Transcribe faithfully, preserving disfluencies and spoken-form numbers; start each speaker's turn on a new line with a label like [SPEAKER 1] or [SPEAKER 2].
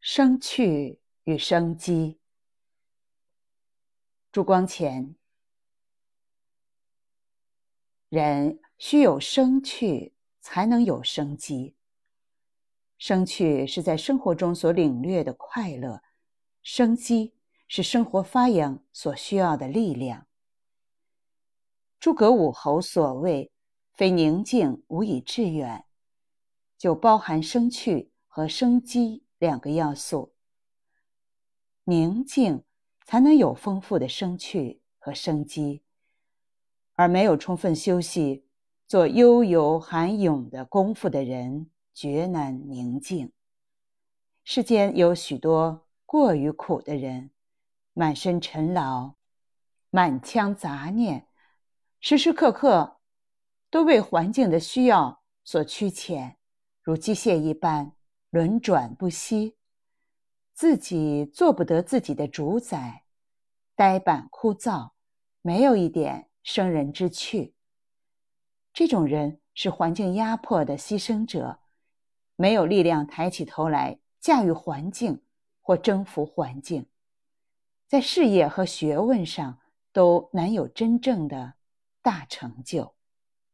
[SPEAKER 1] 生趣与生机。朱光潜，人须有生趣，才能有生机。生趣是在生活中所领略的快乐，生机是生活发扬所需要的力量。诸葛武侯所谓非宁静无以致远，就包含生趣和生机两个要素。宁静才能有丰富的生趣和生机，而没有充分休息做悠游涵咏的功夫的人绝难宁静。世间有许多过于苦的人，满身尘劳，满腔杂念，时时刻刻都为环境的需要所驱遣，如机械一般轮转不息，自己做不得自己的主宰，呆板枯燥，没有一点生人之趣。这种人是环境压迫的牺牲者，没有力量抬起头来驾驭环境或征服环境，在事业和学问上都难有真正的大成就。